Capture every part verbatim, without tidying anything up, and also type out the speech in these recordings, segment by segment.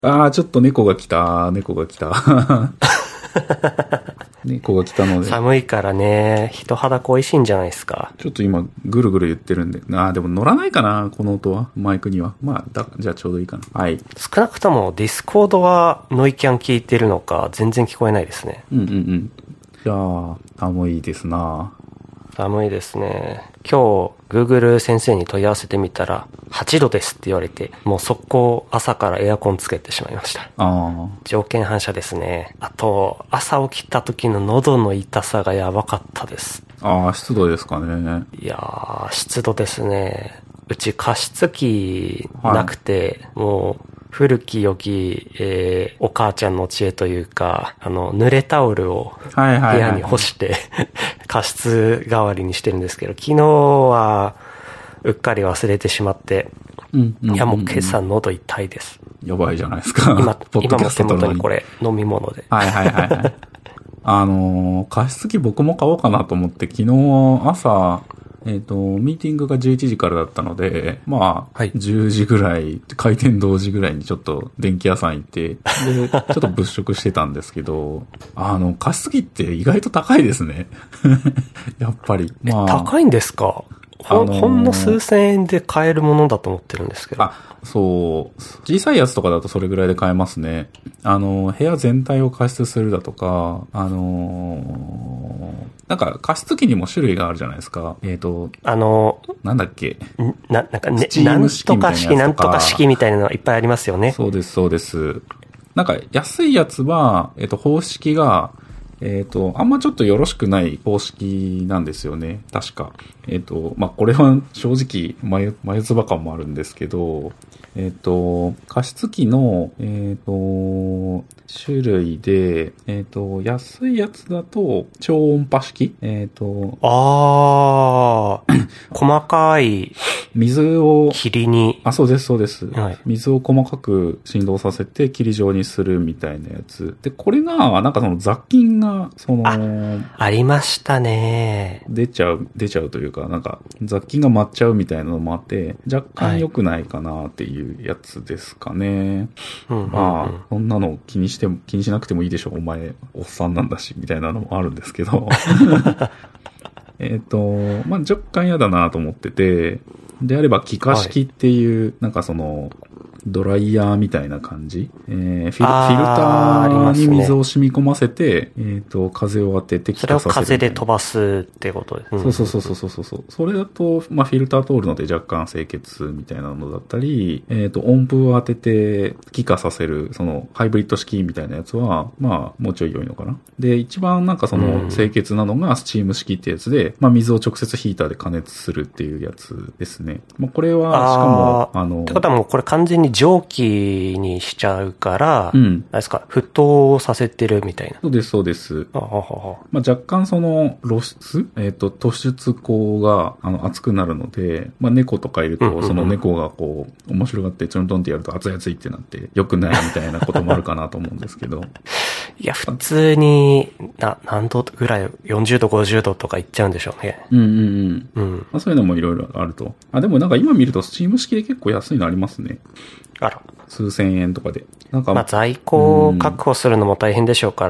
ああ、ちょっと猫が来た。猫が来た。猫が来たので。 寒いからね、人肌恋しいんじゃないですか。 ちょっと今、ぐるぐる言ってるんで。ああ、でも乗らないかな、この音は。マイクには。まあ、だ、じゃあちょうどいいかな。はい。 少なくともディスコードはノイキャン聞いてるのか、全然聞こえないですね。 うんうんうん。じゃあ、寒いですな。 寒いですね。今日、Google 先生に問い合わせてみたら、はちどですって言われて、もう速攻朝からエアコンつけてしまいました。 あ条件反射ですね。あと、朝起きた時の喉の痛さがやばかったです。 ああ、湿度ですかね。 いやー、湿度ですね。うち加湿器なくて、はい、もう、古き良き、えー、お母ちゃんの知恵というか、あの、濡れタオルを部屋に干して、加湿代わりにしてるんですけど、昨日はうっかり忘れてしまって、 うんうんうんうん、 いやもう今朝喉痛いです。 やばいじゃないですか。 今、今も手元にこれ飲み物で。 はいはいはいはい。あのー、加湿器僕も買おうかなと思って、昨日朝、えっと、ミーティングがじゅういちじからだったので、まあ、はい、じゅうじぐらい、開店同時ぐらいにちょっと電気屋さん行って、で、ちょっと物色してたんですけど、あの、加湿器って意外と高いですね。やっぱり。 まあ、高いんですか？ほ、あのー、ほんの数千円で買えるものだと思ってるんですけど。 あ、そう。小さいやつとかだとそれぐらいで買えますね。あの、部屋全体を加湿するだとか、あのー、なんか加湿器にも種類があるじゃないですか。えっと、 あのー、 なんだっけ。 な、なんかね、なんとか式、なんとか式みたいなのいっぱいありますよね。 そうです、そうです。なんか安いやつは、えっと、方式が、えっと、あんまちょっとよろしくない方式なんですよね。確か。えっと、まあ、これは正直、眉、眉唾感もあるんですけど、えっと、加湿器の、えっと、種類で、えっと、安いやつだと、超音波式えっと、 あー、細かい、 水を、 霧に。 あ、そうです、そうです。 はい、 水を細かく振動させて霧状にするみたいなやつ。で、これが、なんかその雑菌が、その、 あ、ありましたね。 出ちゃう、出ちゃうというか、なんか雑菌が舞っちゃうみたいなのもあって、若干良くないかなっていうやつですかね。 はい、 まあ、そんなの気にしても、気にしなくてもいいでしょ、お前、おっさんなんだし、みたいなのもあるんですけど。えっと、まあ若干嫌だなと思ってて、であれば気化式っていう、はい、なんかその、ドライヤーみたいな感じ、えー、フィル、フィルターに水を染み込ませて、ね、えっと、風を当てて気化させる。 それを風で飛ばすってことです、 うん、そうそうそうそうそうそう。それだと、まあ、フィルター通るので若干清潔みたいなのだったり、えっと、音符を当てて気化させる、その、ハイブリッド式みたいなやつは、まあ、もうちょい良いのかな。で、一番なんかその、清潔なのがスチーム式ってやつで、まあ、水を直接ヒーターで加熱するっていうやつですね。まあ、これは、しかも、あの、 ってことはもうこれ完全に蒸気にしちゃうから、 うん。 あれですか、沸騰させてるみたいな。 そうです、そうです。 あははまあ、若干その露出えっと、突出口が、あの、熱くなるので、まあ、猫とかいると、その猫がこう、面白がってちょんとんってやると熱い熱いってなって、良くないみたいなこともあるかなと思うんですけど。 いや、普通に、な、何度ぐらい、よんじゅうど、ごじゅうどとかいっちゃうんでしょうね。 うんうんうん。うん。まあ、そういうのもいろいろあると。あ、でもなんか今見ると、スチーム式で結構安いのありますね。 あら。 数千円とかで。なんか。 まあ在庫を確保するのも大変でしょうから、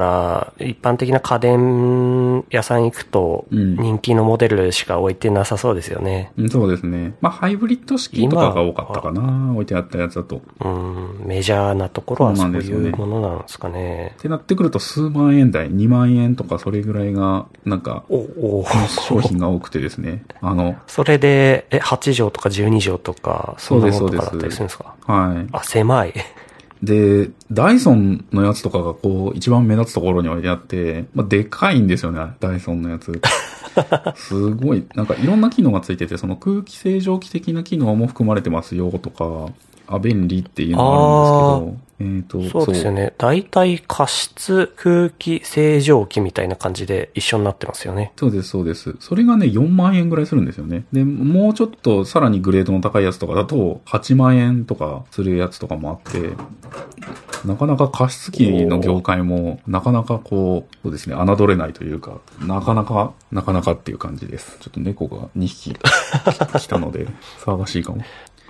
うん、一般的な家電屋さん行くと、人気のモデルしか置いてなさそうですよね。 うん、そうですね。まあハイブリッド式とかが多かったかな、置いてあったやつだと。 うん、メジャーなところはそういうものなんですかね。 ってなってくると数万円台、にまんえんとかそれぐらいが、なんか、 おお商品が多くてですね。あの、 それで、え、はちじょうとかじゅうにじょうとか、そんなものとかだったりするんですか？ はい。 あ、狭い。 で、ダイソンのやつとかがこう、一番目立つところに置いてあって、まあ、でかいんですよね、ダイソンのやつ。すごい、なんかいろんな機能がついてて、その空気清浄機的な機能も含まれてますよとか、あ、便利っていうのがあるんですけど、えっと、 そうですよね。だいたい加湿空気清浄機みたいな感じで一緒になってますよね。 そうです、そうです。それがね、よんまんえんぐらいするんですよね。で、もうちょっとさらにグレードの高いやつとかだと、はちまんえんとかするやつとかもあって、なかなか加湿器の業界も、なかなかこう、そうですね、侮れないというか、なかなか、なかなかっていう感じです。ちょっと猫がにひき来たので、騒がしいかも。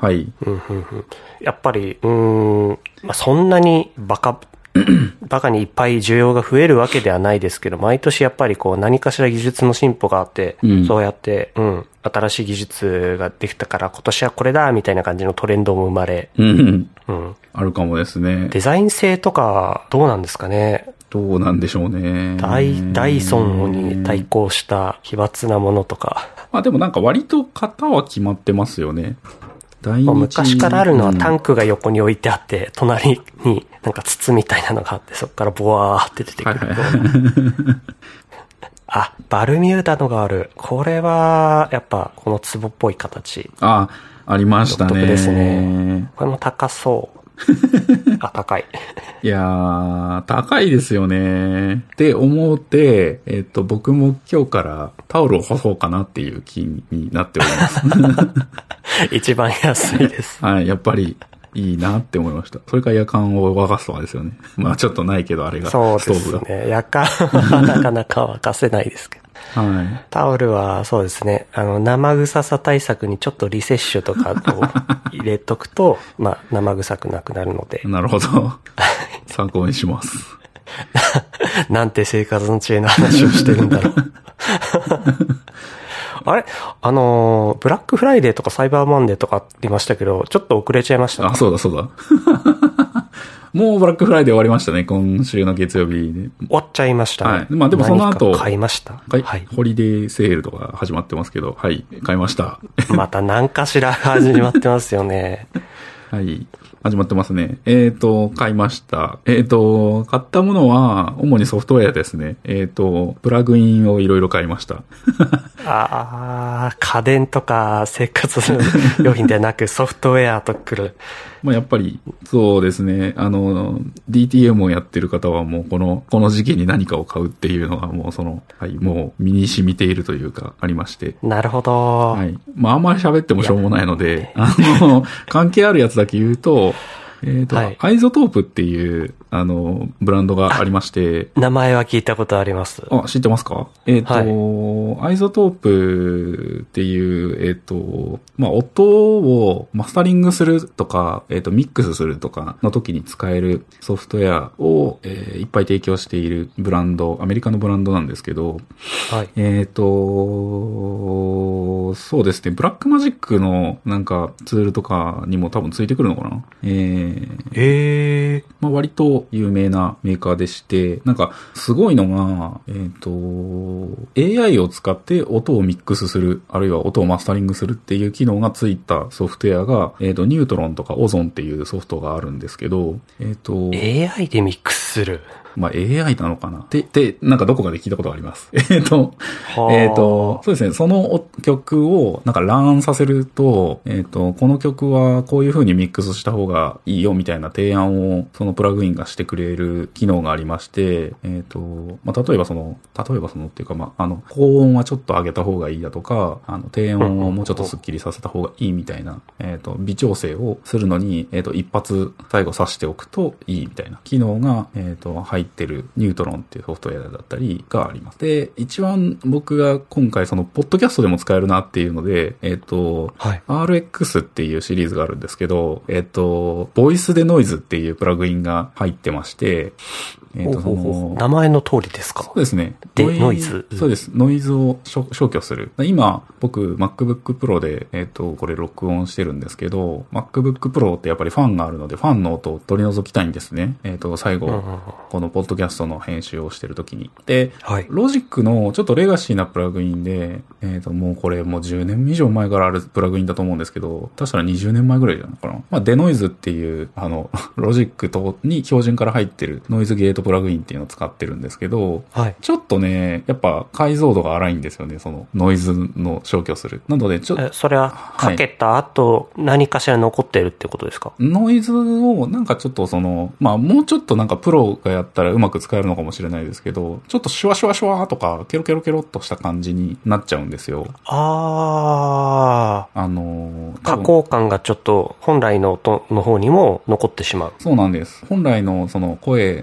はい。 うんうんうん、やっぱり、うーん、まあ、そんなにバカ、バカにいっぱい需要が増えるわけではないですけど、毎年やっぱりこう何かしら技術の進歩があって、うん、そうやって、うん、新しい技術ができたから今年はこれだみたいな感じのトレンドも生まれ、 うん、うん、あるかもですね。 デザイン性とかどうなんですかね。 どうなんでしょうね。 ダイ、ダイソンに対抗した奇抜なものとか。 まあでもなんか割と型は決まってますよね。 まあ、昔からあるのはタンクが横に置いてあって、うん、隣になんか筒みたいなのがあって、そこからボワーって出てくる。はいはい、あ、バルミューダのがある。これは、やっぱ、この壺っぽい形。 あ、ありましたね。 独特ですね。これも高そう。あ、高い。 いやー、高いですよね。って思って、えっと、僕も今日からタオルを干そうかなっていう気になっております。 一番安いです。 はい、やっぱりいいなって思いました。それから夜間を沸かすとかですよね。まあちょっとないけど、あれが、ストーブが。 そうですね。夜間はなかなか沸かせないですけど。 はい。 タオルはそうですね、あの、生臭さ対策にちょっとリセッシュとかを入れとくと、まあ、生臭くなくなるので。 なるほど。参考にします。 なんて生活の知恵の話をしてるんだろう。あれあの、ブラックフライデーとかサイバーマンデーとかありましたけど、ちょっと遅れちゃいました。 あ、そうだそうだ。もうブラックフライデー終わりましたね、今週の月曜日で。 終わっちゃいましたね。 はい。まあでもその後。 買いました。 はい。はい、ホリデーセールとか始まってますけど、はい。買いました。 また何かしら始まってますよね。 はい。始まってますね。えっと、買いました。えっと、買ったものは、主にソフトウェアですね。えっと、プラグインをいろいろ買いました。 ああ、家電とか生活用品ではなくソフトウェアと来る。 まあやっぱり、そうですね。あの、ディーティーエム をやってる方はもうこの、この時期に何かを買うっていうのがもうその、はい、もう身に染みているというか、ありまして。 なるほど。 はい。まああんまり喋ってもしょうもないので、あの、関係あるやつだけ言うと、えっと、はい、アイゾトープっていう、あの、ブランドがありまして。 名前は聞いたことあります。 あ、知ってますか？えっと、はい、アイゾトープっていう、えっと、まあ、音をマスタリングするとか、えっと、ミックスするとかの時に使えるソフトウェアを、えー、いっぱい提供しているブランド、アメリカのブランドなんですけど、はい、えっと、そうですね、ブラックマジックのなんかツールとかにも多分ついてくるのかな？えーえー、 まあ割と有名なメーカーでして、なんかすごいのが、えっと、エーアイ を使って音をミックスする、あるいは音をマスタリングするっていう機能がついたソフトウェアが、えっと、ニュートロンとかオゾンっていうソフトがあるんですけど、えっと、 エーアイ でミックスする。 まあ エーアイ なのかなって、で、なんかどこかで聞いたことがあります。えっと、えっと、そうですね、その曲をなんかランさせると、えっと、この曲はこういう風にミックスした方がいいよみたいな提案をそのプラグインがしてくれる機能がありまして、えっと、まあ例えばその、例えばそのっていうかまあ、あの、高音はちょっと上げた方がいいだとか、あの、低音をもうちょっとスッキリさせた方がいいみたいな、えっと、微調整をするのに、えっと、一発最後挿しておくといいみたいな機能が、えっと、入ってるニュートロンっていうソフトウェアだったりがあります。で、一番僕が今回そのポッドキャストでも使えるなっていうので、えっと、はい、アールエックス っていうシリーズがあるんですけど、えっと、ボイスでノイズっていうプラグインが入ってまして、 えーと、その名前の通りですか？ そうですね。 で、ノイズ。 そうです。ノイズを消去する。今、僕、MacBook Pro で、えっと、これ録音してるんですけど、MacBook Pro ってやっぱりファンがあるので、ファンの音を取り除きたいんですね。えっと、最後、うんうんうん、このポッドキャストの編集をしてるときに。で、はい、ロジックのちょっとレガシーなプラグインで、えっと、もうこれもうじゅうねん以上前からあるプラグインだと思うんですけど、確かにじゅうねんまえぐらいじゃないかな。まあ、デノイズっていう、あの、ロジックとに標準から入ってるノイズゲートプラグインっていうのを使ってるんですけど、はい、ちょっとね、やっぱ解像度が荒いんですよね、そのノイズの消去する。なのでちょっと。 それはかけた後、はい、何かしら残ってるってことですか？ ノイズをなんかちょっとその、まあもうちょっとなんかプロがやったらうまく使えるのかもしれないですけど、ちょっとシュワシュワシュワとかケロケロケロっとした感じになっちゃうんですよ。 ああ。 あの、 加工感がちょっと本来の音の方にも残ってしまう。 そうなんです。本来のその声の音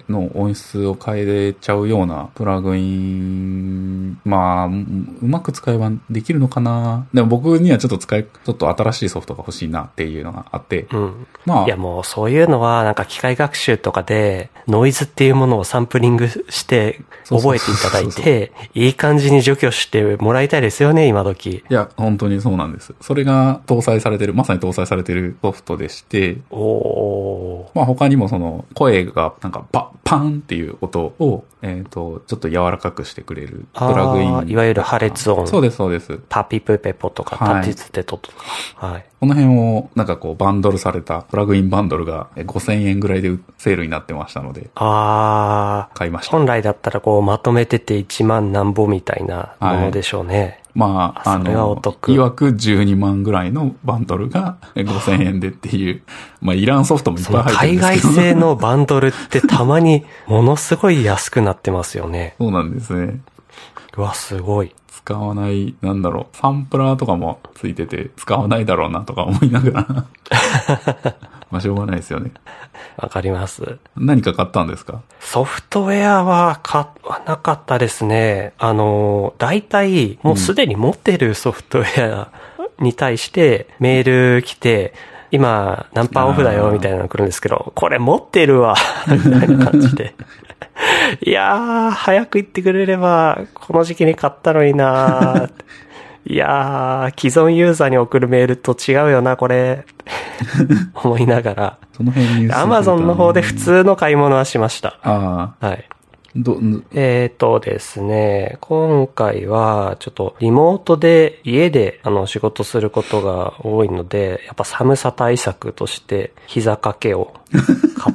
音質を変えちゃうようなプラグイン、まあ、うまく使えばできるのかな。でも僕にはちょっと使い、ちょっと新しいソフトが欲しいなっていうのがあって。 うん。まあ。いやもうそういうのはなんか機械学習とかでノイズっていうものをサンプリングして覚えていただいて、いい感じに除去してもらいたいですよね、今時。 いや、本当にそうなんです。それが搭載されてる、まさに搭載されてるソフトでして、 おー。 まあ他にもその声がなんかパッ、パンっていう音を、えっと、ちょっと柔らかくしてくれるプラグイン。 いわゆる破裂音。 そうです、そうです。 パピプペポとか、タティツテトとか。はい。 この辺をなんかこうバンドルされたプラグインバンドルがごせんえんぐらいでセールになってましたので。 ああ。 買いました。 本来だったらこうまとめてていちまんなんぼみたいなものでしょうね。はい、 まあ、あの、いわくじゅうにまんぐらいのバンドルがごせんえんでっていう、まあ、イランソフトもいっぱい入ってるんですけど。 海外製のバンドルってたまにものすごい安くなってますよね。 そうなんですね。 うわ、すごい。 使わない、なんだろう、サンプラーとかもついてて、使わないだろうなとか思いながら。まあ、しょうがないですよね。 わかります。 何か買ったんですか？ ソフトウェアは買わなかったですね。あの、大体、もうすでに持ってるソフトウェアに対してメール来て、今、何パーオフだよ、みたいなの来るんですけど、これ持ってるわ、みたいな感じで。いやー、早く言ってくれれば、この時期に買ったのになー。いやー、既存ユーザーに送るメールと違うよな、これ。思いながら。 その辺ニュース。 アマゾンの方で普通の買い物はしました。 ああ。 はい。 ど、 えっとですね、今回はちょっとリモートで家であの仕事することが多いので、やっぱ寒さ対策として膝掛けを買って、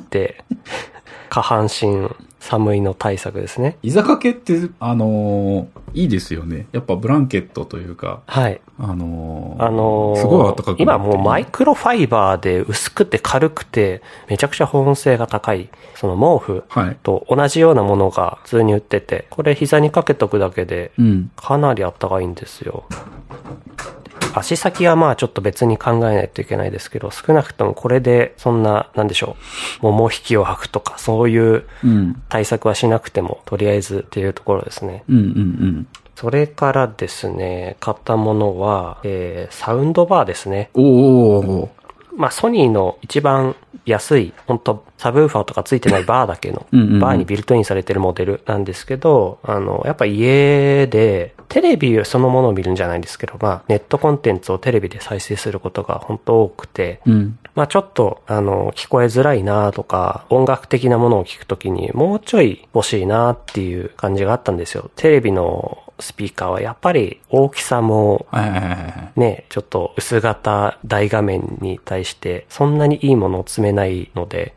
下半身寒いの対策ですね。 膝掛けって、あのー、いいですよね。やっぱブランケットというか。 はい。 あのー、 あのー、 すごい暖かくなって今もうマイクロファイバーで薄くて軽くて、めちゃくちゃ保温性が高い、その毛布と同じようなものが普通に売ってて、これ膝にかけとくだけで、かなり暖かいんですよ。足先はまあちょっと別に考えないといけないですけど、少なくともこれでそんな、なんでしょう、桃引きを履くとか、そういう対策はしなくても、とりあえずっていうところですね。 うんうんうん。 それからですね、買ったものは、えー、サウンドバーですね。 おー。 まあソニーの一番安い、本当サブウーファーとかついてないバーだけの、バーにビルトインされてるモデルなんですけど、あの、やっぱ家で、テレビそのものを見るんじゃないんですけど、まあ、ネットコンテンツをテレビで再生することが本当多くて、 うん、 まあちょっと、あの、聞こえづらいなとか、音楽的なものを聞くときにもうちょい欲しいなっていう感じがあったんですよ。テレビのスピーカーはやっぱり大きさも、ね、ちょっと薄型大画面に対してそんなにいいものを積めないので、 うん、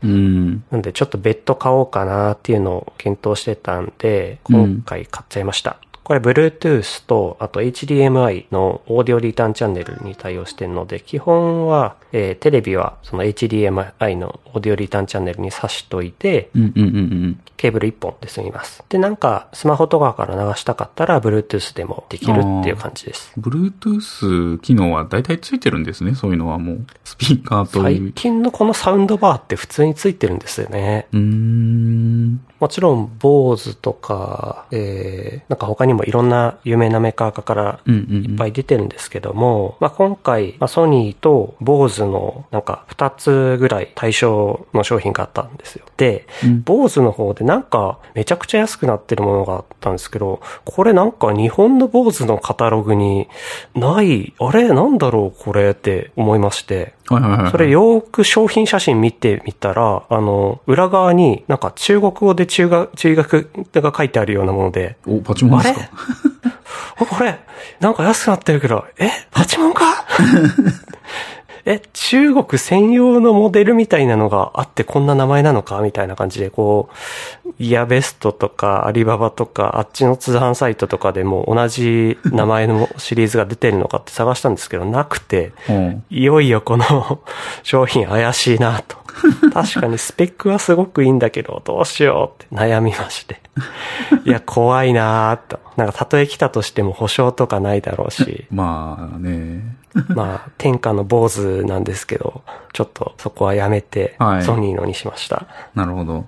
なんでちょっと別途買おうかなっていうのを検討してたんで、今回買っちゃいました。うん、これ Bluetooth と、あと エイチディーエムアイ のオーディオリターンチャンネルに対応しているので、基本は、えー、テレビはその エイチディーエムアイ のオーディオリターンチャンネルに挿しといて、 うんうんうんうん、 ケーブルいっぽんで済みます。で、なんかスマホとかから流したかったら Bluetooth でもできるっていう感じです。 Bluetooth 機能は大体ついてるんですね、そういうのはもう。スピーカーという。 最近のこのサウンドバーって普通についてるんですよね。 うーん。 もちろん、ボーズとか、えー、なんか他にもいろんな有名なメーカーからいっぱい出てるんですけども、うんうんうん、まあ今回、まあ、ソニーとボーズのなんかふたつぐらい対象の商品があったんですよ。で、うん、ボーズの方でなんかめちゃくちゃ安くなってるものがあったんですけど、これなんか日本のボーズのカタログにない、あれなんだろうこれって思いまして、 はいはいはいはい、 それよく商品写真見てみたら、あの、裏側になんか中国語で中学、中学が書いてあるようなもので。 お、パチモンですか？ あれこれ、なんか安くなってるけど、えパチモンかえ、中国専用のモデルみたいなのがあってこんな名前なのかみたいな感じで、こう、イヤベストとかアリババとかあっちの通販サイトとかでも同じ名前のシリーズが出てるのかって探したんですけど、なくて、うん、いよいよこの商品怪しいなと。確かにスペックはすごくいいんだけど、どうしようって悩みまして。いや、怖いなーと。なんか、たとえ来たとしても保証とかないだろうし。 まあね。 まあ、天下の坊主なんですけど、ちょっとそこはやめて、ソニーのにしました。 はい、なるほど。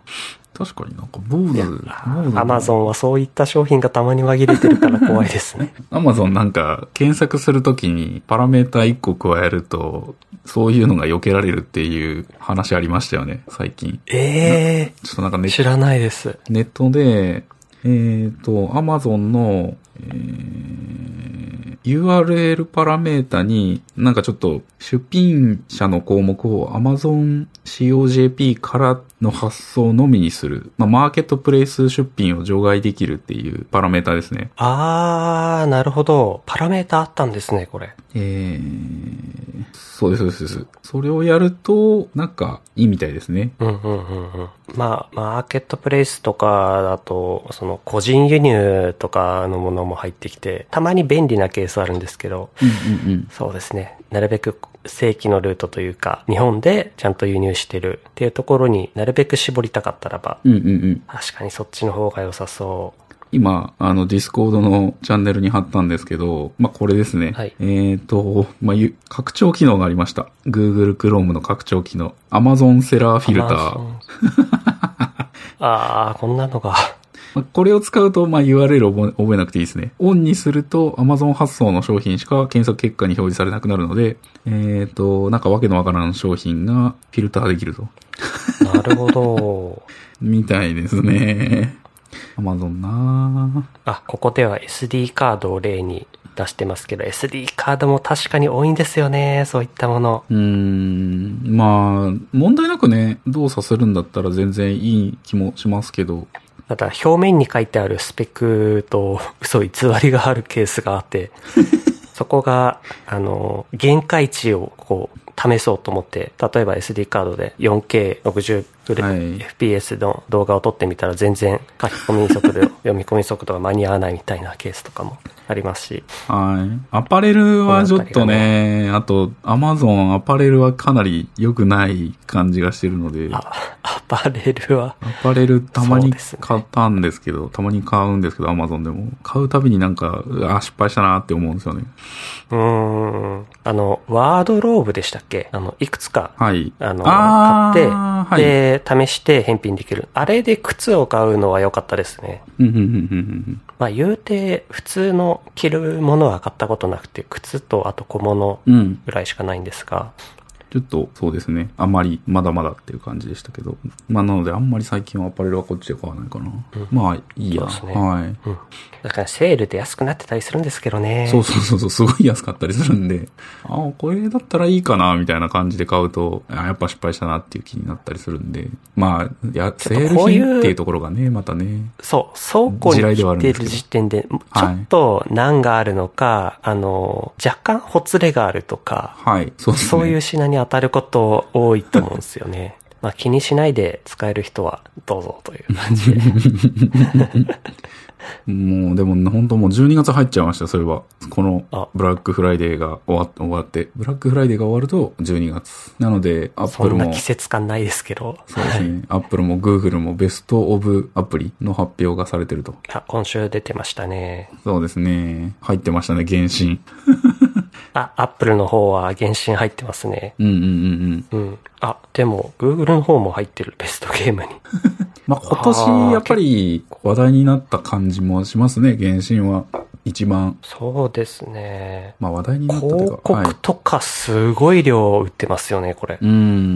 確かになんか坊主。 アマゾンはそういった商品がたまに紛れてるから怖いですね。 アマゾンなんか検索するときにパラメータいっこ加えると、そういうのが避けられるっていう話ありましたよね、最近。 ええー。 ちょっとなんかね、 知らないです。 ネットで、えっと、アマゾンの、えー、ユーアールエル パラメータになんかちょっと出品者の項目を Amazon シーオージェーピー からの発送のみにする。まあ、マーケットプレイス出品を除外できるっていうパラメータですね。 あー、なるほど。パラメータあったんですね、これ。 えー、そうです、そうです。それをやると、なんかいいみたいですね。 うんうんうんうん。まあ、マーケットプレイスとかだと、その個人輸入とかのものも入ってきて、たまに便利なケースあるんですけど、 うんうんうん、 そうですね。なるべく正規のルートというか、日本でちゃんと輸入してるっていうところになるべく絞りたかったらば、 うんうんうん、 確かにそっちの方が良さそう。 今、あの、ディスコードのチャンネルに貼ったんですけど、まあ、これですね。 はい、 えっと、まあ、拡張機能がありました。Google Chrome の拡張機能。Amazon セラーフィルター。 ああ、こんなのが。 これを使うと、まあ、ユーアールエル を覚えなくていいですね。オンにすると Amazon 発送の商品しか検索結果に表示されなくなるので、えっと、なんかわけのわからん商品がフィルターできると。 なるほど。 みたいですね。アマゾンなあ、ここでは エスディー カードを例に出してますけど、エスディー カードも確かに多いんですよね、そういったもの。 うーん、まあ、問題なくね、動作するんだったら全然いい気もしますけど。 ただ、表面に書いてあるスペックと嘘偽りがあるケースがあって、そこが、あの、限界値をこう、試そうと思って、例えば エスディー カードで よんケーろくじゅうエフピーエス の動画を撮ってみたら全然書き込み速度、読み込み速度が間に合わないみたいなケースとかもありますし。 はい。アパレルはちょっとね、あと Amazon アパレルはかなり良くない感じがしてるので。 あ、アパレルは。 アパレルたまに買ったんですけど、たまに買うんですけど Amazon でも。買うたびになんか、あ、失敗したなって思うんですよね。 うーん。あの、ワードローブでしたっけ？あの、いくつか。 はい。 あの、 あ買って、 はい、 で、試して返品できる。あれで靴を買うのは良かったですね。 うんうんうんうん。 まあ言うて、普通の着るものは買ったことなくて、靴とあと小物ぐらいしかないんですが、 ちょっとそうですね。あんまりまだまだっていう感じでしたけど。まあなのであんまり最近はアパレルはこっちで買わないかな。うん、まあいいや。 そうですね。 はい。 うん。だからセールで安くなってたりするんですけどね。 そうそうそうそう、すごい安かったりするんで、ああ、これだったらいいかな、みたいな感じで買うと、あやっぱ失敗したなっていう気になったりするんで。まあ、や、セール品っていうところがね、またね。 そう、倉庫に来てる時点で、ちょっと難があるのか、はい、あの、若干ほつれがあるとか、 はい、そうですね。 そういう品に当たること多いと思うんですよね。まあ気にしないで使える人はどうぞという感じで。 もうでも本当もうじゅうにがつ入っちゃいました、それは。このブラックフライデーが終わ終わって、ブラックフライデーが終わるとじゅうにがつ。なので、アップルも。 そんな季節感ないですけど。 そうですね。アップルもグーグルもベストオブアプリの発表がされてると。 あ、今週出てましたね。 そうですね。入ってましたね、原神。 あ、アップルの方は原神入ってますね。 うんうんうんうん。 うん。あ、でも、Google の方も入ってる、ベストゲームに。 まあ、今年、やっぱり話題になった感じもしますね、原神は。一番。 そうですね。 まあ、話題になったというか。 広告とかすごい量売ってますよね、これ。 うん。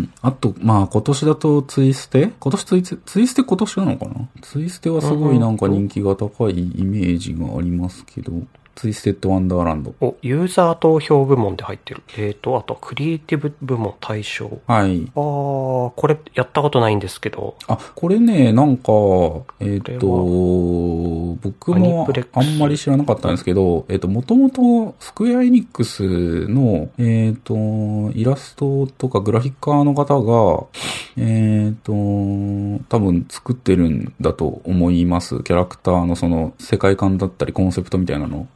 あと、まあ、今年だとツイステ今年ツイステ、ツイステ今年なのかなツイステはすごいなんか人気が高いイメージがありますけど。ツイステッドワンダーランド。 お、ユーザー投票部門で入ってる。えーと、あと、クリエイティブ部門対象。 はい。 あー、これ、やったことないんですけど。 あ、これね、なんか、えっ、ー、と、僕もあんまり知らなかったんですけど、えっ、ー、と、もともと、スクエアエニックスの、えっ、ー、と、イラストとかグラフィッカーの方が、えっ、と、多分作ってるんだと思います。キャラクターのその、世界観だったりコンセプトみたいなの。 あ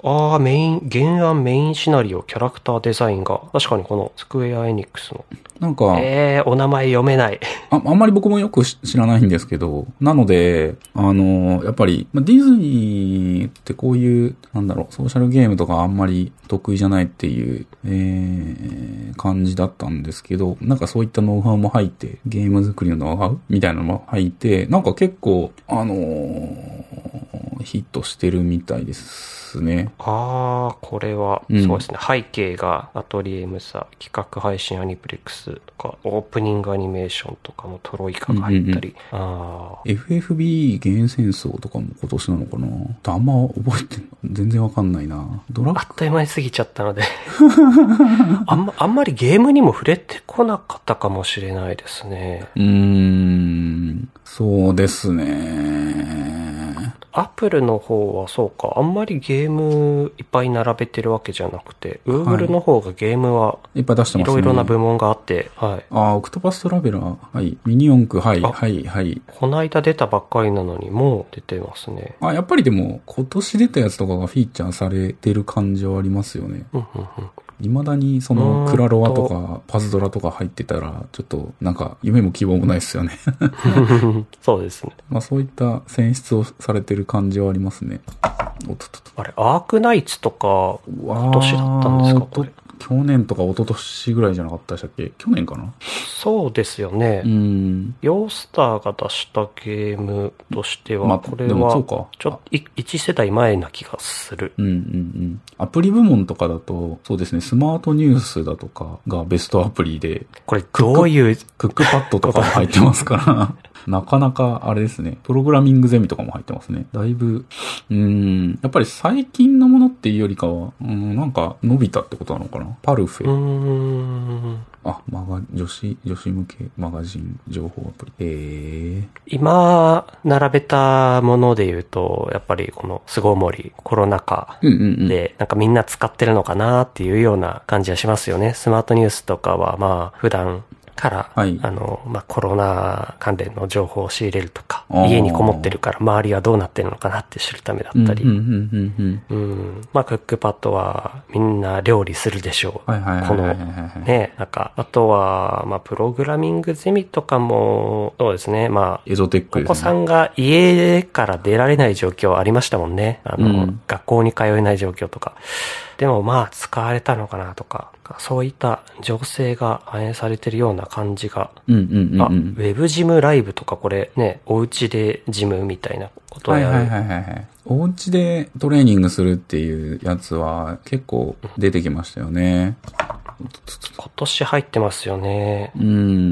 ああ、メイン、原案、メインシナリオ、キャラクターデザインが、確かにこのスクエアエニックスの。 なんか、 えー、お名前読めない。 あ、あんまり僕もよく知らないんですけど、なので、あの、やっぱり、まあ、ディズニーってこういう、なんだろう、ソーシャルゲームとかあんまり得意じゃないっていう、えー、感じだったんですけど、なんかそういったノウハウも入って、ゲーム作りのノウハウみたいなのも入って、なんか結構、あのー、ヒットしてるみたいです。ね、 ああ、これは、うん、そうですね。背景がアトリエムサ、企画配信アニプレックスとか、オープニングアニメーションとかもトロイカが入ったり。うんうんうん、あエフエフビー 原戦争とかも今年なのかな、あんま覚えてんの全然わかんないな。ドラッグあっという間に過ぎちゃったのであんま、あんまりゲームにも触れてこなかったかもしれないですね。 うーん、そうですね。 アップルの方はそうか、あんまりゲームいっぱい並べてるわけじゃなくて、Google の方がゲームはいっぱい出してますね。いろいろな部門があって、はい。 ああ、オクトパストラベラー、はい。ミニ四駆、はい、はい、はい。 この間出たばっかりなのにもう出てますね。 あ、やっぱりでも今年出たやつとかがフィーチャーされてる感じはありますよね。うんうんうん。未だにそのクラロワとかパズドラとか入ってたらちょっとなんか夢も希望もないですよねそうですね。 まあそういった選出をされてる感じはありますね。おっとっとっと。 あれアークナイツとか今年だったんですかこれ。 去年とか一昨年ぐらいじゃなかったでしたっけ？去年かな？ そうですよね。 うん。 ヨースターが出したゲームとしては、まあ、これはちょっと一世代前な気がする。 うんうんうん。アプリ部門とかだと、そうですね、スマートニュースだとかがベストアプリで、 これどういうクックパッドとかも入ってますからなかなかあれですね、プログラミングゼミとかも入ってますね。だいぶ、うーん、やっぱり最近のものっていうよりかは、うん、なんか伸びたってことなのかな。パルフェ。 うーん。 あ、マガ、女子、女子向けマガジン情報アプリ。えー、 今、並べたもので言うと、やっぱりこの巣ごもり、コロナ禍で、うんうんうん、なんかみんな使ってるのかなっていうような感じはしますよね。スマートニュースとかはまあ、普段、から、はい、あの、まあ、コロナ関連の情報を仕入れるとか、家にこもってるから周りはどうなってるのかなって知るためだったり、うん、まあ、クックパッドはみんな料理するでしょう。この、ね、なんか、あとは、まあ、プログラミングゼミとかも、そうですね、まあ、 エゾテックですね。 お子さんが家から出られない状況ありましたもんね。あの、うん、学校に通えない状況とか。でもまあ使われたのかなとか、そういった情勢が反映されてるような感じが。 うんうんうんうん、あ、ウェブジムライブとかこれね、お家でジムみたいなことをやる。 はいはいはいはい。お家でトレーニングするっていうやつは結構出てきましたよね。 今年入ってますよね。 うん。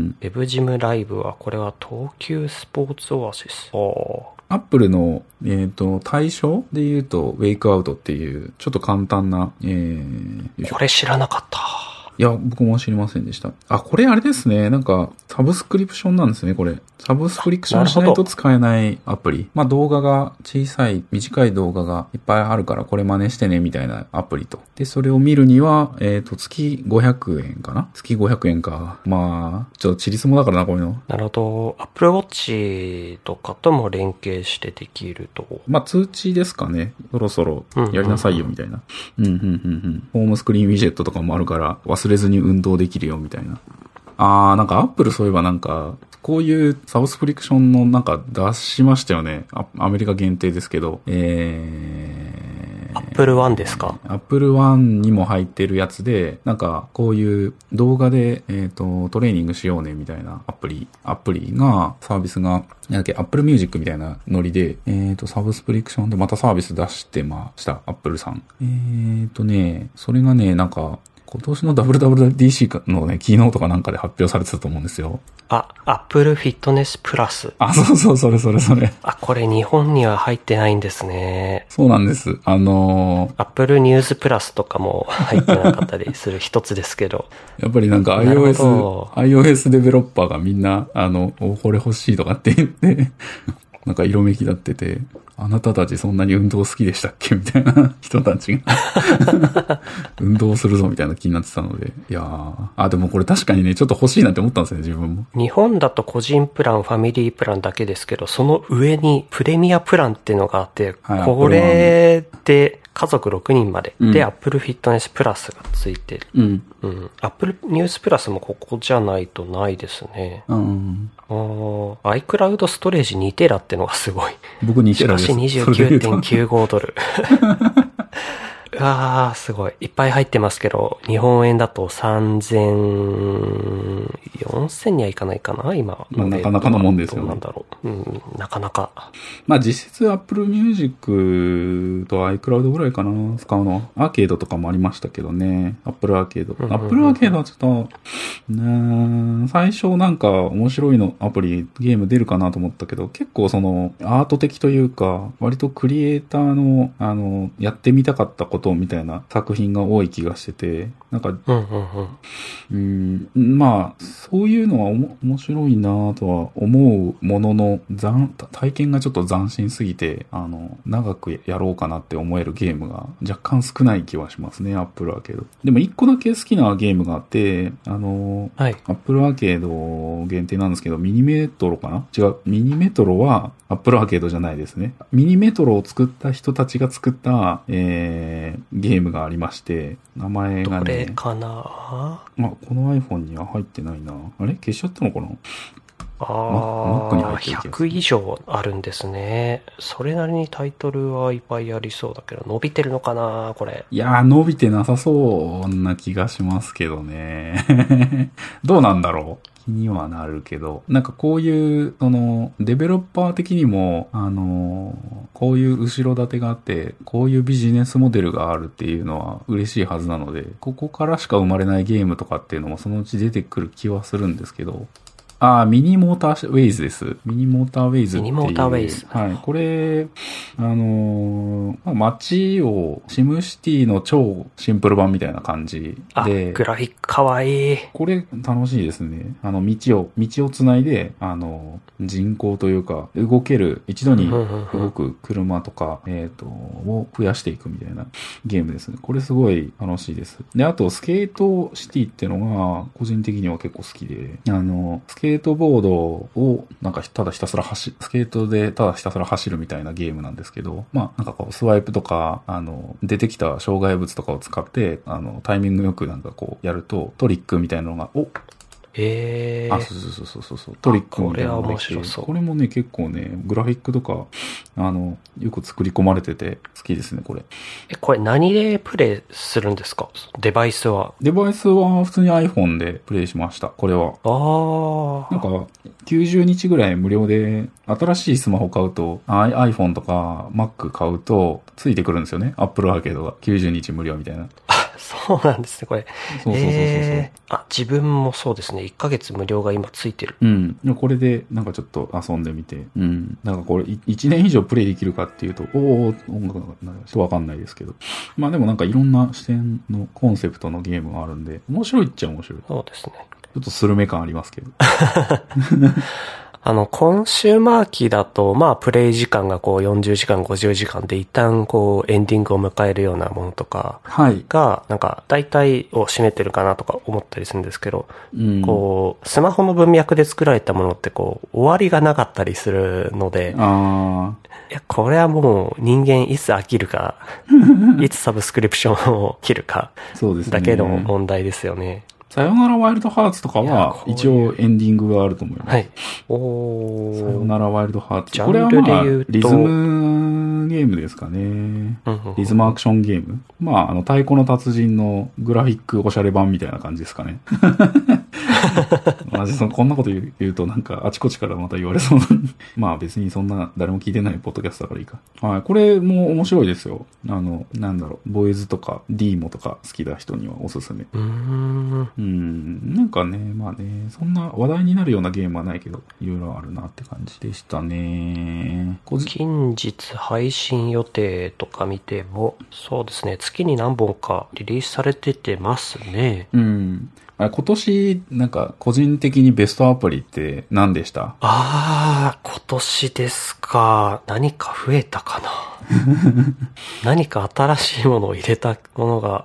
ウェブジムライブは、これは東急スポーツオアシス。 アップルの、えっと、対象で言うと、ウェイクアウトっていう、ちょっと簡単な、えー、 これ知らなかった。 いや、僕も知りませんでした。あ、これあれですね。なんか、サブスクリプションなんですね、これ。サブスクリプションしないと使えないアプリ。まあ動画が小さい、短い動画がいっぱいあるからこれ真似してね、みたいなアプリと。で、それを見るには、えっと、月ごひゃくえんかな？月ごひゃくえんか。まあ、ちょっとチリスモだからな、こういうの。 なるほど。Apple Watch とかとも連携してできると。 まあ通知ですかね。そろそろやりなさいよ、みたいな。うんうんうんうん。ホームスクリーンウィジェットとかもあるから、忘れずに運動できるよ、みたいな。あー、なんかアップルそういえばなんか、こういうサブスクリプションのなんか出しましたよね。アメリカ限定ですけど。えー、Apple One ですか？ Apple One にも入ってるやつで、なんかこういう動画で、えっと、トレーニングしようねみたいなアプリ、アプリが、サービスが、なんだっけ、Apple Music みたいなノリで、えっと、サブスクリプションでまたサービス出してました、Apple さん。えっとね、それがね、なんか、今年の ダブリューダブリューディーシー のね、キーノートかなんかで発表されてたと思うんですよ。 あ、Apple Fitness Plus。 あ、そうそう、それそれそれ。 あ、これ日本には入ってないんですね。 そうなんです。あのー、 Apple News Plus とかも入ってなかったりする一つですけど。 やっぱりなんか iOS、iOS デベロッパーがみんな、あの、これ欲しいとかって言って、なんか色めき立ってて、あなたたちそんなに運動好きでしたっけみたいな人たちが運動するぞみたいな気になってたので、いやー、あ、でもこれ確かにね、ちょっと欲しいなって思ったんですよね、自分も。 日本だと個人プラン、ファミリープランだけですけど、その上にプレミアプランっていうのがあって、はい、これで家族ろくにんまで。 うん、 で、Apple Fitness Plus がついてる。 うん。 うん。Apple News Plus もここじゃないとないですね。 うん。 あー iCloud ストレージにテラってのがすごい。 僕にテラです。 しかし にじゅうきゅうてんきゅうご ドル。うわー、すごい。いっぱい入ってますけど、日本円だとさんぜん、よんせんにはいかないかな、今。 まあ、なかなかのもんですよね。 どうなんだろう。うん、なかなか。 まあ、実質 Apple Music と iCloud ぐらいかな、使うの。アーケードとかもありましたけどね。Apple アーケード。うんうんうん、Apple アーケードはちょっと、ね、最初なんか面白いのアプリ、ゲーム出るかなと思ったけど、結構その、アート的というか、割とクリエイターの、あの、やってみたかったことみたいな作品が多い気がしてて、なんか、 うんうんうん、うんまあ、そういうのはおも面白いなとは思うものの、残体験がちょっと斬新すぎて、あの、長くやろうかなって思えるゲームが若干少ない気はしますね、Apple アーケード。でも一個だけ好きなゲームがあって、あの、 はい、 Apple アーケード限定なんですけど、ミニメトロかな違う、ミニメトロは Apple アーケードじゃないですね。ミニメトロを作った人たちが作った、えー、ゲームがありまして、名前がね。 どれかなあ、この iPhone には入ってないな。あれ消しちゃったのかなああ、ひゃく以上あるんですね。それなりにタイトルはいっぱいありそうだけど、伸びてるのかなこれ。 いやー、伸びてなさそうな気がしますけどね。どうなんだろう気にはなるけど。なんかこういう、その、デベロッパー的にも、あの、こういう後ろ盾があって、こういうビジネスモデルがあるっていうのは嬉しいはずなので、ここからしか生まれないゲームとかっていうのもそのうち出てくる気はするんですけど、ああ、ミニモーターウェイズです。ミニモーターウェイズっていう。 ミニモーターウェイズ。 はい。これ、あのー、まあ、街を、シムシティの超シンプル版みたいな感じで。 あ、グラフィックかわいい。 これ楽しいですね。あの、道を、道をつないで、あの、人口というか、動ける、一度に動く車とか、えっと、を増やしていくみたいなゲームですね。これすごい楽しいです。で、あと、スケートシティっていうのが、個人的には結構好きで、あの、スケートボードを、なんか、ただひたすら走、スケートでただひたすら走るみたいなゲームなんですけど、まあ、なんかこう、スワイプとか、あの、出てきた障害物とかを使って、あの、タイミングよくなんかこう、やると、トリックみたいなのが、おへえ。 あ、そうそうそうそうそう。トリックみたいなのができて、これは面白そう。これもね、結構ね、グラフィックとか、あの、よく作り込まれてて好きですね、これ。 え、これ何でプレイするんですか？デバイスは。 デバイスは普通に iPhone でプレイしました、これは。 ああ。 なんか、きゅうじゅうにちぐらい無料で、新しいスマホ買うと、iPhone とか Mac 買うと、ついてくるんですよね。Apple アーケードが。きゅうじゅうにち無料みたいな。 そうなんですね、これ。 そうそうそうそう、えー。あ、自分もそうですね。いっかげつ無料が今ついてる。 うん。これで、なんかちょっと遊んでみて。うん。なんかこれ、いちねん以上プレイできるかっていうと、おー、音楽がなりました。わかんないですけど。まあでもなんかいろんな視点のコンセプトのゲームがあるんで、面白いっちゃ面白い。 そうですね。 ちょっとスルメ感ありますけど。 あの、コンシューマー機だと、まあ、プレイ時間がこうよんじゅうじかん、ごじゅうじかんで一旦こうエンディングを迎えるようなものとかが、なんか大体を占めてるかなとか思ったりするんですけど、うん、こう、スマホの文脈で作られたものってこう、終わりがなかったりするので、 あいや、これはもう人間いつ飽きるか、いつサブスクリプションを切るか、だけの問題ですよね。 さよならワイルドハーツとかは、一応エンディングがあると思います。 はい。おー。 さよならワイルドハーツ。これはまあ、リズムゲームですかね。リズムアクションゲーム。まあ、あの、太鼓の達人のグラフィックおしゃれ版みたいな感じですかね。マジそのこんなこと言う、言うとなんかあちこちからまた言われそうな。まあ別にそんな誰も聞いてないポッドキャストだからいいか。はい。これも面白いですよ。あの、なんだろう、ボーイズとかディーモとか好きな人にはおすすめ。 うーん。 うん。なんかね、まあね、そんな話題になるようなゲームはないけど、いろいろあるなって感じでしたね。 近日配信予定とか見ても、そうですね、月に何本かリリースされててますね。 うん。あれ、今年、なんか、個人的にベストアプリって何でした？ ああ、今年ですか。何か増えたかな。何か新しいものを入れたものが、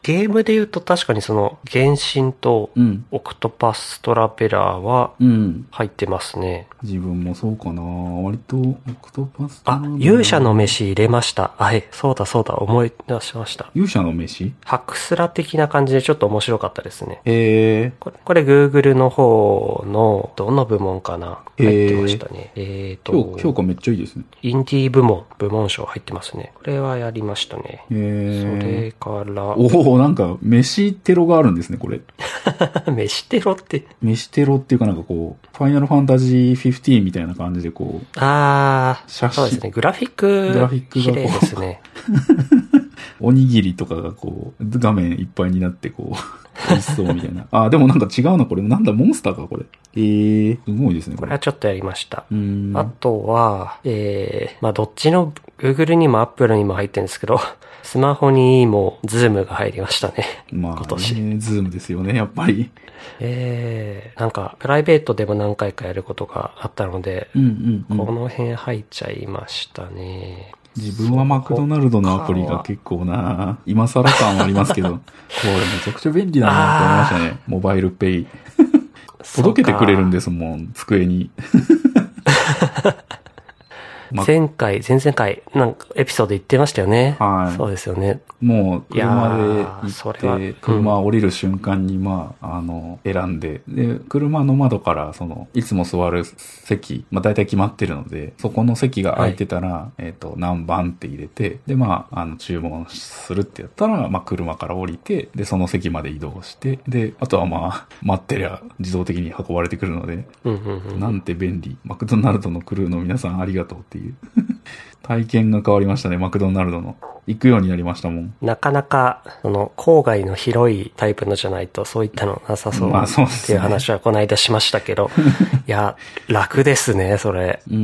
ゲームで言うと確かにその、原神とうん。 オクトパストラベラーはうん。 入ってますね。 自分もそうかな。割と、オクトパスあ、勇者の飯入れました。はい、そうだそうだ、思い出しました。 勇者の飯ハクスラ的な感じでちょっと面白かったですね。 へえ。 これ、これ Google の方の、どの部門かなへー入ってましたね。えーと、 評評価めっちゃいいですね。 インディー部門、部門賞入ってますね。これはやりましたね。 へえ。 それから、 おお、なんか、飯テロがあるんですね、これ。 飯テロって。 飯テロっていうかなんかこう、ファイナルファンタジーじゅうごみたいな感じでこう、 あー、 写真そうですね。グラフィック、 グラフィックがこう綺麗ですね。 おにぎりとかがこう、画面いっぱいになってこう、美味しそうみたいな。あ、でもなんか違うな、これ。なんだ、モンスターか、これ。えー、すごいですね、これ。 これはちょっとやりました。 うーん。 あとは、えー、まあどっちの Google にも Apple にも入ってるんですけど、スマホにも Zoom が入りましたね。 まあ、 今年。 ね、ズームですよね、やっぱり。 えー、なんかプライベートでも何回かやることがあったので、 うんうんうん。 この辺入っちゃいましたね。 自分はマクドナルドのアプリが結構な、今更感はありますけど、これめちゃくちゃ便利だなと思いましたね。モバイルペイ。届けてくれるんですもん、机に。ま、 前回、前々回、なんかエピソード言ってましたよね。 はい。 そうですよね。 もう車で行って、 いやー車降りる瞬間に、まあ、あの、選んで、で、車の窓から、その、いつも座る席、まあ大体決まってるので、そこの席が空いてたら、えっと、何番って入れて、で、まあ、あの、注文するってやったら、まあ、車から降りて、で、その席まで移動して、で、あとはまあ、待ってりゃ自動的に運ばれてくるので、 うんうんうん、 なんて便利。マクドナルドのクルーの皆さんありがとうっていう。体験が変わりましたね、マクドナルドの。行くようになりましたもん。 なかなか、その、郊外の広いタイプのじゃないと、そういったのなさそう。 まあそうですね。 っていう話はこの間しましたけど、いや、楽ですね、それ。 うん。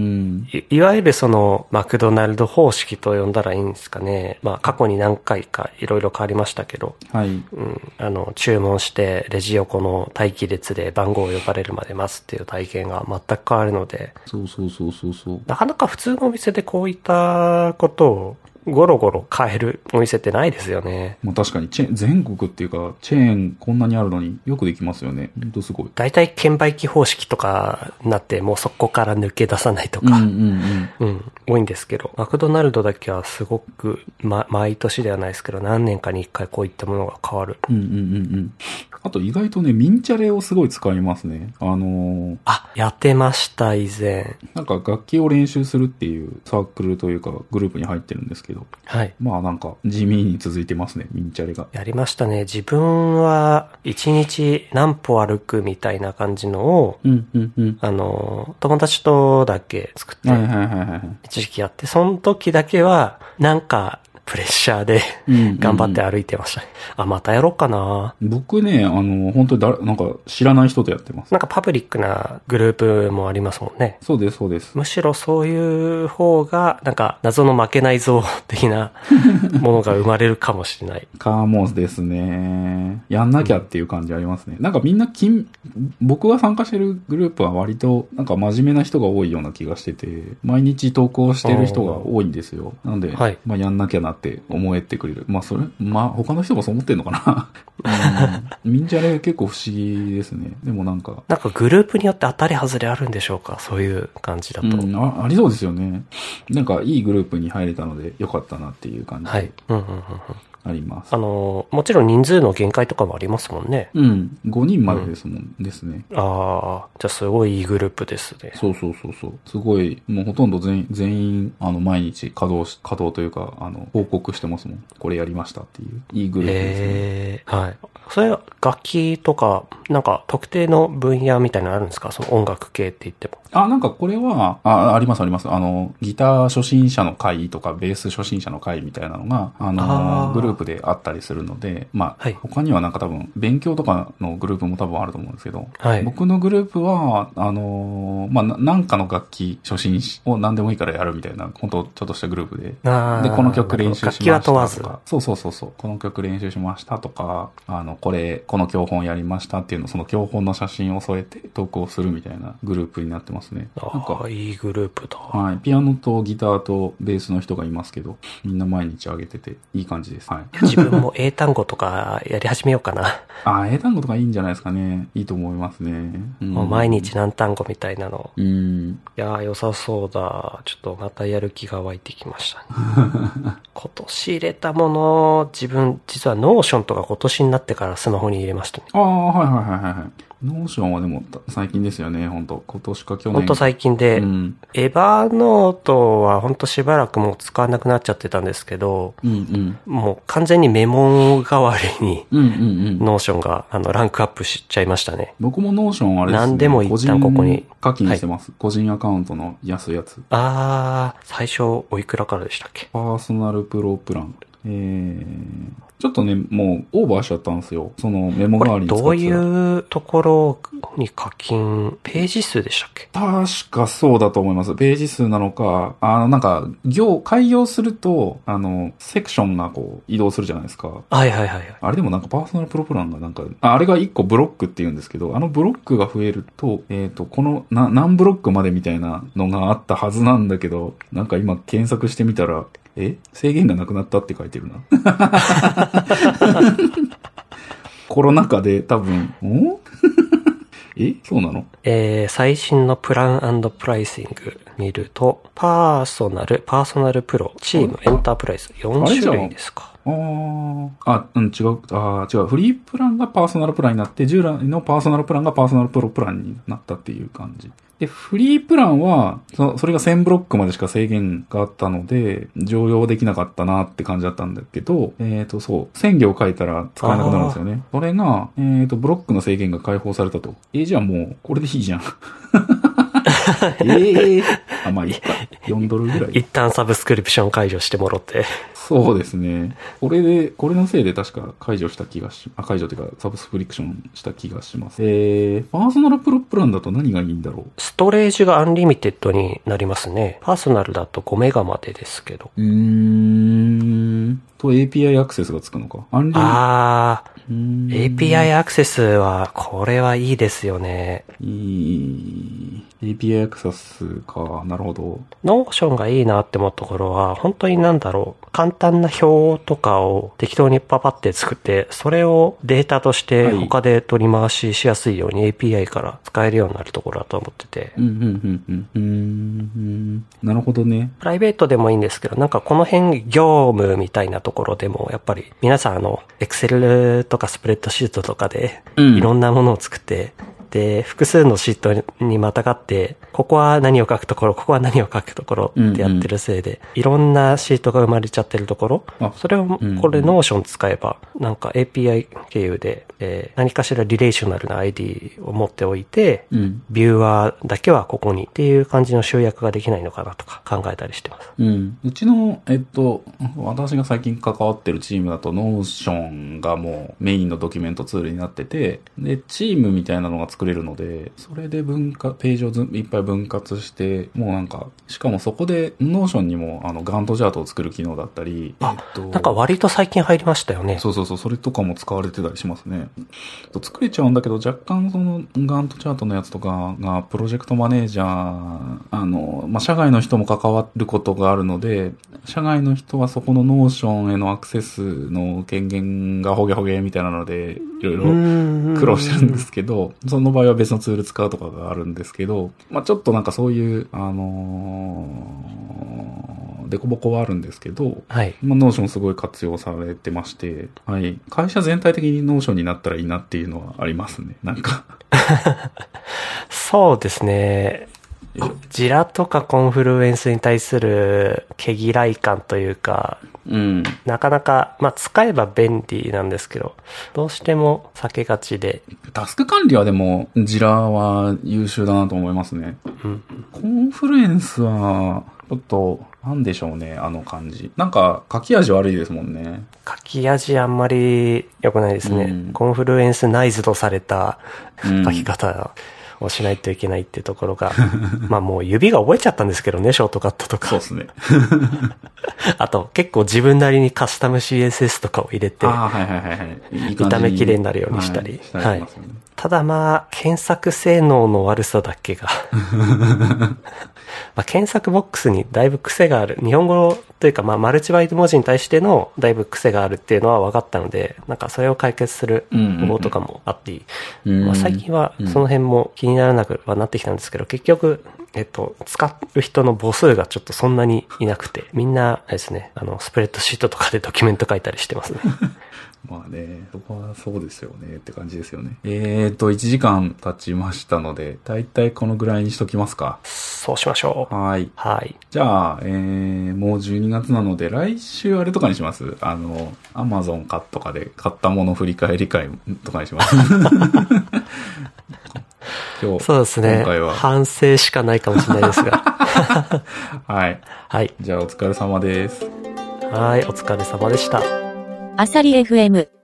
い、いわゆるその、マクドナルド方式と呼んだらいいんですかね。まあ、過去に何回かいろいろ変わりましたけど、 はい。 うん。あの、注文して、レジ横の待機列で番号を呼ばれるまで待つっていう体験が全く変わるので、 そうそうそうそうそう。 なかなか普通のお店でこういったことをゴロゴロ買えるお店ってないですよね。 まあ確かにチェーン、全国っていうか、チェーンこんなにあるのによくできますよね。ほんとすごい。 大体券売機方式とかになってもうそこから抜け出さないとか、 うんうんうん、多いんですけど、マクドナルドだけはすごく、ま、毎年ではないですけど、何年かに一回こういったものが変わる。 うん。うんうんうんうん。あと意外とね、ミンチャレをすごい使いますね。あのー、 あ、やってました、以前。 なんか楽器を練習するっていうサークルというかグループに入ってるんですけど、 はい。 まあなんか地味に続いてますね、ミンチャレが。 やりましたね。自分は一日何歩歩くみたいな感じのを、 うんうんうん。 あの、友達とだけ作って、 はいはいはいはい。 一時期やって、その時だけは、なんか、プレッシャーでうんうんうん頑張って歩いてましたね。あ、またやろうかな。 僕ね、あの、本当にだ、なんか知らない人とやってます。 なんかパブリックなグループもありますもんね。 そうです、そうです。 むしろそういう方が、なんか謎の負けない像的なものが生まれるかもしれない。 カーモスですね。やんなきゃっていう感じありますね。うん、なんかみんな金、僕が参加してるグループは割となんか真面目な人が多いような気がしてて、毎日投稿してる人が多いんですよ。なんで、はい、まあやんなきゃなって思えてくれる。まあそれ、まあ他の人もそう思ってんのかな。うん、ミンチャレ結構不思議ですね。でもなんか。 なんかグループによって当たり外れあるんでしょうか、そういう感じだと。 うん、あ、ありそうですよね。なんかいいグループに入れたのでよかったなっていう感じ。 はい。うんうんうんうん。 あります。 あの、もちろん人数の限界とかもありますもんね。 うん。ごにんまでですもん、うん、ですね。 ああ、じゃあすごいいいグループですね。 そうそうそうそう。すごい、もうほとんど全員、全員、あの、毎日稼働し、稼働というか、あの、報告してますもん。これやりましたっていう、いいグループですね。 えー、はい。それは楽器とか、なんか特定の分野みたいなのあるんですか？その音楽系って言っても。 あ、なんかこれは、あ、ありますあります。あの、ギター初心者の会とか、ベース初心者の会みたいなのが、あの、あグループであったりするので、まあ、はい、他にはなんか多分、勉強とかのグループも多分あると思うんですけど、はい、僕のグループは、あの、まあ、なんかの楽器初心者を何でもいいからやるみたいな、本当ちょっとしたグループで、で、この曲練習しましたとか、楽器は問わず。そうそうそうそう、この曲練習しましたとか、あの、これ、この教本やりましたっていうの、その教本の写真を添えて投稿するみたいなグループになってますね。 なんか、いいグループだ。 はい。ピアノとギターとベースの人がいますけど、みんな毎日上げてて、いい感じです。はい。 はい。 自分も英単語とかやり始めようかな。 あ、英単語とかいいんじゃないですかね。いいと思いますね。うん、 もう毎日何単語みたいなの。 うん。 いやー良さそうだ。ちょっとまたやる気が湧いてきましたね。今年入れたもの、自分、実はノーションとか今年になってからスマホに入れましたね。 ああ、はいはいはいはい。ノーションはでも最近ですよね、本当今年か去年。 本当最近で、うん、エバーノートは本当しばらくもう使わなくなっちゃってたんですけど、うんうん、もう完全にメモ代わりに、ノーションがあのランクアップしちゃいましたね。 僕もノーションあれですね。 何でも一旦ここに。 課金してます、はい。個人アカウントの安いやつ。 あー、最初おいくらからでしたっけ？ パーソナルプロプラン。えー、ちょっとね、もうオーバーしちゃったんですよ。そのメモ代わりに使ってた。 どういうところに課金、ページ数でしたっけ？ 確かそうだと思います。ページ数なのか、あの、なんか、行、開業すると、あの、セクションがこう、移動するじゃないですか。 はいはいはいはい。 あれでもなんかパーソナルプロプランがなんか、あ, あれがいっこブロックって言うんですけど、あのブロックが増えると、えっと、この、な、何ブロックまでみたいなのがあったはずなんだけど、なんか今検索してみたら、え制限がなくなったって書いてるな。コロナ禍で多分、んえそうなの？ えー、最新のプラン&プライシング見ると、パーソナル、パーソナルプロ、チーム、エンタープライズ、よん種類ですか。 ああ、うん、違う、ああ、違う。フリープランがパーソナルプランになって、従来のパーソナルプランがパーソナルプロプランになったっていう感じ。で、フリープランは、そ, それがせんブロックまでしか制限があったので、常用できなかったなって感じだったんだけど、えっと、そう、せん行書いたら使えなくなるんですよね。それが、えっと、ブロックの制限が解放されたと。えー、じゃあもう、これでいいじゃん。ええー。あ、まあいいか。よんドルぐらい。 一旦サブスクリプション解除してもろって。 そうですね。これで、これのせいで確か解除した気がし、あ、解除というかサブスクリプションした気がします。えー、パーソナルプロプランだと何がいいんだろう。 ストレージがアンリミテッドになりますね。パーソナルだとごメガまでですけど。 うーん。と エーピーアイ アクセスがつくのか。アンリミあー。エーピーアイ アクセスは、これはいいですよね。 いい。エーピーアイ アクセスか。なるほど。 ノーションがいいなって思うところは、本当になんだろう。簡単な表とかを適当にパパって作って、それをデータとして他で取り回ししやすいように エーピーアイ から使えるようになるところだと思ってて。 うん、うん、うん、うん。うん。なるほどね。 プライベートでもいいんですけど、なんかこの辺業務みたいなところでも、やっぱり皆さんあの、Excel とかスプレッドシートとかで、いろんなものを作って、うんで、複数のシートにまたがって、ここは何を書くところ、ここは何を書くところってやってるせいで、うんうん、いろんなシートが生まれちゃってるところ、それを、これノーション使えば、なんか エーピーアイ 経由で、えー、何かしらリレーショナルな アイディー を持っておいて、うん、ビューワーだけはここにっていう感じの集約ができないのかなとか考えたりしてます。 うん。うちの、えっと、私が最近関わってるチームだと、ノーションがもうメインのドキュメントツールになってて、で、チームみたいなのが作れるので、それで分割、ページをいっぱい分割して、もうなんか、しかもそこで、ノーションにも、あの、ガントチャートを作る機能だったり、 あ、えっと、なんか割と最近入りましたよね。 そうそうそう、それとかも使われてたりしますね。作れちゃうんだけど、若干その、ガントチャートのやつとかが、プロジェクトマネージャー、あの、まあ、社外の人も関わることがあるので、社外の人はそこのノーションへのアクセスの権限がホゲホゲみたいなので、いろいろ苦労してるんですけど、その場合は別のツール使うとかがあるんですけど、まあ、ちょっとなんかそういう、あのー、デコボコはあるんですけど、 はい。 まあ、ノーションすごい活用されてまして、はい。会社全体的にノーションになったらいいなっていうのはありますね。なんか。 そうですね。ジラとかコンフルエンスに対する毛嫌い感というか、うん、なかなか、まあ、使えば便利なんですけど、どうしても避けがちで。 タスク管理はでも、ジラは優秀だなと思いますね。うん、コンフルエンスは、ちょっと、なんでしょうね、あの感じ。なんか、書き味悪いですもんね。 書き味あんまり良くないですね。うん、コンフルエンスナイズドされた書き方。うんをしないといけないっていうところが、まあもう指が覚えちゃったんですけどね、ショートカットとか。 そうですね。 あと結構自分なりにカスタム シーエスエス とかを入れて、 あ、はいはいはいはい、 見た目綺麗になるようにしたり、はい、はい、 ただまあ、検索性能の悪さだけが。まあ検索ボックスにだいぶ癖がある。日本語というか、まあ、マルチバイト文字に対してのだいぶ癖があるっていうのは分かったので、なんかそれを解決する方法とかもあっていい。 うんうんうん、 まあ、最近はその辺も気にならなくはなってきたんですけど、結局、えっと、使う人の母数がちょっとそんなにいなくて、みんな、あれですね、あの、スプレッドシートとかでドキュメント書いたりしてますね。 まあね、そこはそうですよねって感じですよね。えーと、いちじかん経ちましたので、だいたいこのぐらいにしときますか。 そうしましょう。 はい。 はい。 じゃあ、えー、もうじゅうにがつなので、来週あれとかにします？あの、アマゾン買とかで買ったもの振り返り会とかにします。今日、 そうですね。今回は反省しかないかもしれないですが。 はい。 はい。 じゃあ、お疲れ様です。 はい、お疲れ様でした。 アサリ エフエム